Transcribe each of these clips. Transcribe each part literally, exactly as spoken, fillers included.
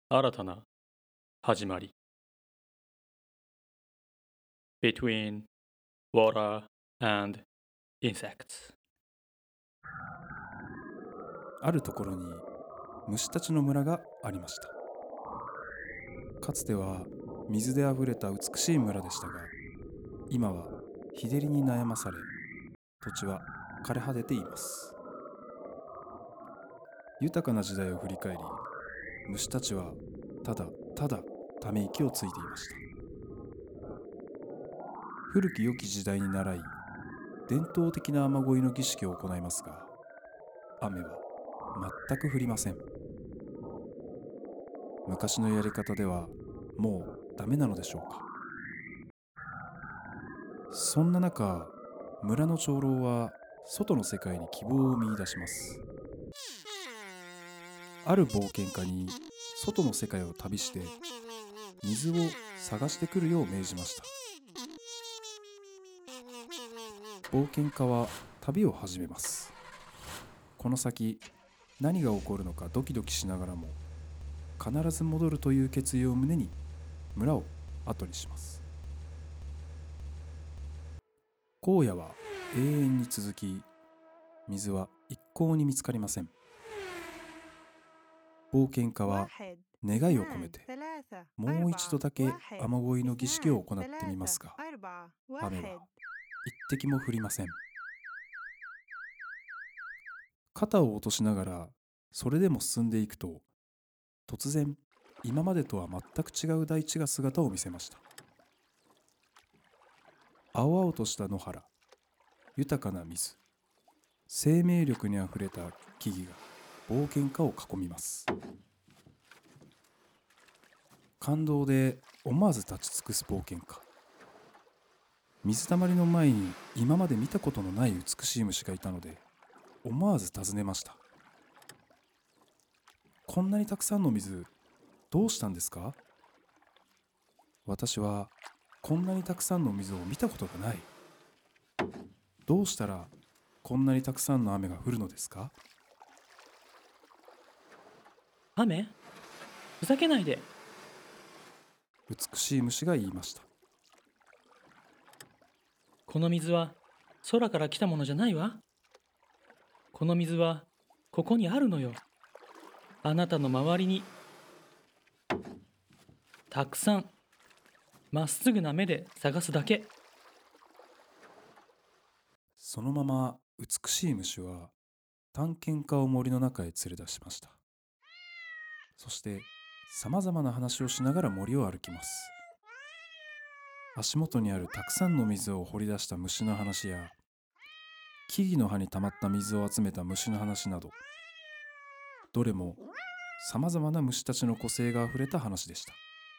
新たな始まり between water and insects あるところに虫たちの村がありました。かつては水であふれた美しい村でしたが、今は日照りに悩まされ、土地は枯れ果てています。豊かな時代を振り返り、虫たちはただただため息をついていました。古き良き時代に倣い、伝統的な雨乞いの儀式を行いますが、雨は全く降りません。昔のやり方ではもうダメなのでしょうか。そんな中、村の長老は外の世界に希望を見出します。ある冒険家に外の世界を旅して水を探してくるよう命じました。冒険家は旅を始めます。この先何が起こるのかドキドキしながらも、必ず戻るという決意を胸に村を後にします。荒野は永遠に続き、水は一向に見つかりません。冒険家は願いを込めてもう一度だけ雨乞いの儀式を行ってみますが、雨は一滴も降りません。肩を落としながらそれでも進んでいくと、突然今までとは全く違う大地が姿を見せました。青々とした野原、豊かな水、生命力にあふれた木々が冒険家を囲みます。感動で思わず立ち尽くす冒険家。水たまりの前に今まで見たことのない美しい虫がいたので、思わず尋ねました。こんなにたくさんの水、どうしたんですか？私はこんなにたくさんの水を見たことがない。どうしたらこんなにたくさんの雨が降るのですか？ 雨？ふざけないで。 美しい虫が言いました。 この水は空から来たものじゃないわ。この水はここにあるのよ。あなたの周りにたくさん、まっすぐな目で探すだけ。 そのまま美しい虫は探検家を森の中へ連れ出しました。そしてさまざまな話をしながら森を歩きます。足元にあるたくさんの水を掘り出した虫の話や、木々の葉に溜まった水を集めた虫の話など、どれもさまざまな虫たちの個性があふれた話でした。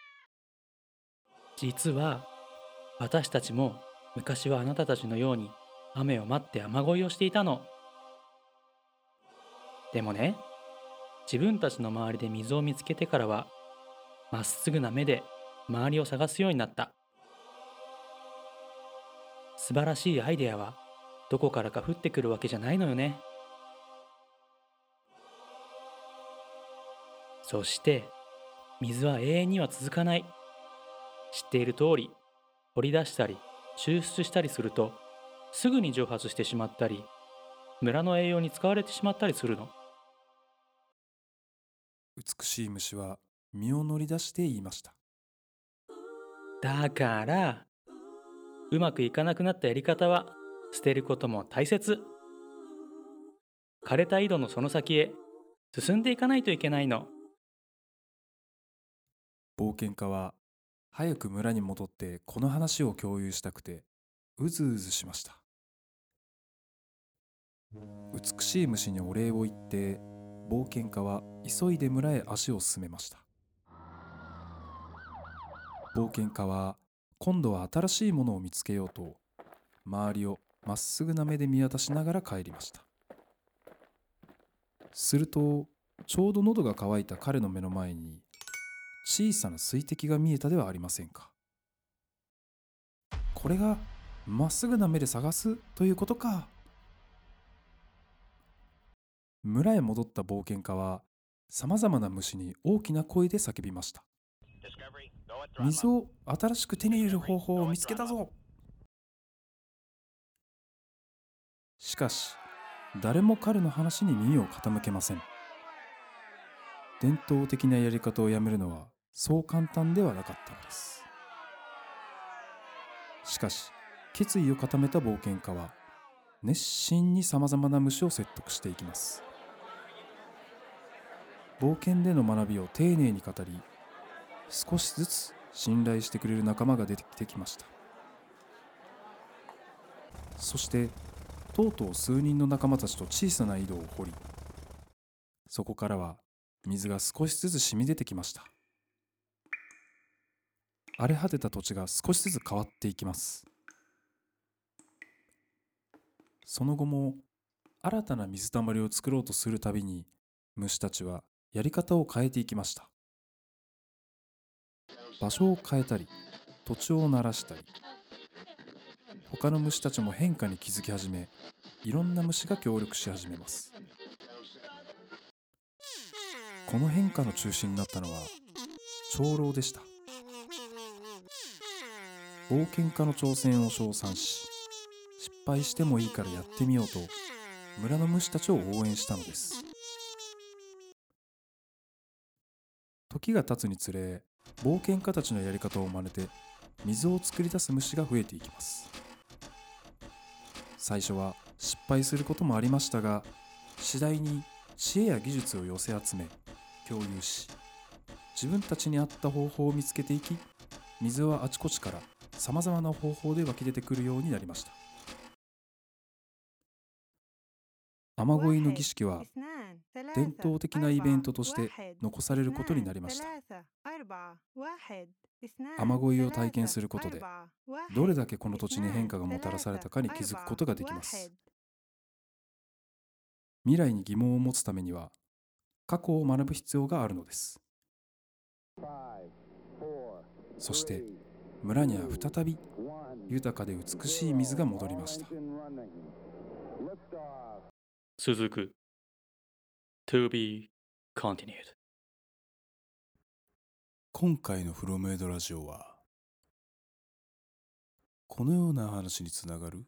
実は私たちも昔はあなたたちのように雨を待って雨乞いをしていたの。でもね、自分たちの周りで水を見つけてからは、まっすぐな目で周りを探すようになった。素晴らしいアイデアはどこからか降ってくるわけじゃないのよね。そして水は永遠には続かない。知っている通り、掘り出したり抽出したりするとすぐに蒸発してしまったり、村の栄養に使われてしまったりするの。 美しい虫は身を乗り出して言いました。 だからうまくいかなくなったやり方は捨てることも大切。枯れた井戸のその先へ進んでいかないといけないの。 冒険家は早く村に戻ってこの話を共有したくてうずうずしました。美しい虫にお礼を言って冒険家は急いで村へ足を進めました。冒険家は今度は新しいものを見つけようと周りをまっすぐな目で見渡しながら帰りました。するとちょうど喉が渇いた彼の目の前に小さな水滴が見えたではありませんか。これがまっすぐな目で探すということか。村へ戻った冒険家はさまざまな虫に大きな声で叫びました。水を新しく手に入れる方法を見つけたぞ。しかし、誰も彼の話に耳を傾けません。伝統的なやり方をやめるのはそう簡単ではなかったのです。しかし、決意を固めた冒険家は熱心にさまざまな虫を説得していきます。冒険での学びを丁寧に語り、少しずつ信頼してくれる仲間が出てきてきました。そしてとうとう数人の仲間たちと小さな井戸を掘り、そこからは水が少しずつ染み出てきました。荒れ果てた土地が少しずつ変わっていきます。その後も新たな水たまりを作ろうとするたびに、虫たちはやり方を変えていきました。場所を変えたり、土地を慣らしたり、他の虫たちも変化に気づき始め、いろんな虫が協力し始めます。この変化の中心になったのは長老でした。冒険家の挑戦を称賛し、失敗してもいいからやってみようと村の虫たちを応援したのです。時が経つにつれ、冒険家たちのやり方を真似て水を作り出す虫が増えていきます。最初は失敗することもありましたが、次第に知恵や技術を寄せ集め共有し、自分たちに合った方法を見つけていき、水はあちこちからさまざまな方法で湧き出てくるようになりました。雨乞いの儀式は伝統的なイベントとして残されることになりました。雨乞いを体験することで、どれだけこの土地に変化がもたらされたかに気づくことができます。未来に疑問を持つためには、過去を学ぶ必要があるのです。そして村には再び豊かで美しい水が戻りました。 続く To be continued。 今回のフロムエドラジオはこのような話につながる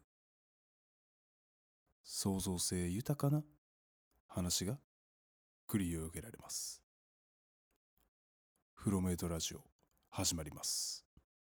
創造性豊かな話が繰り広げられます。フロムエドラジオ始まります。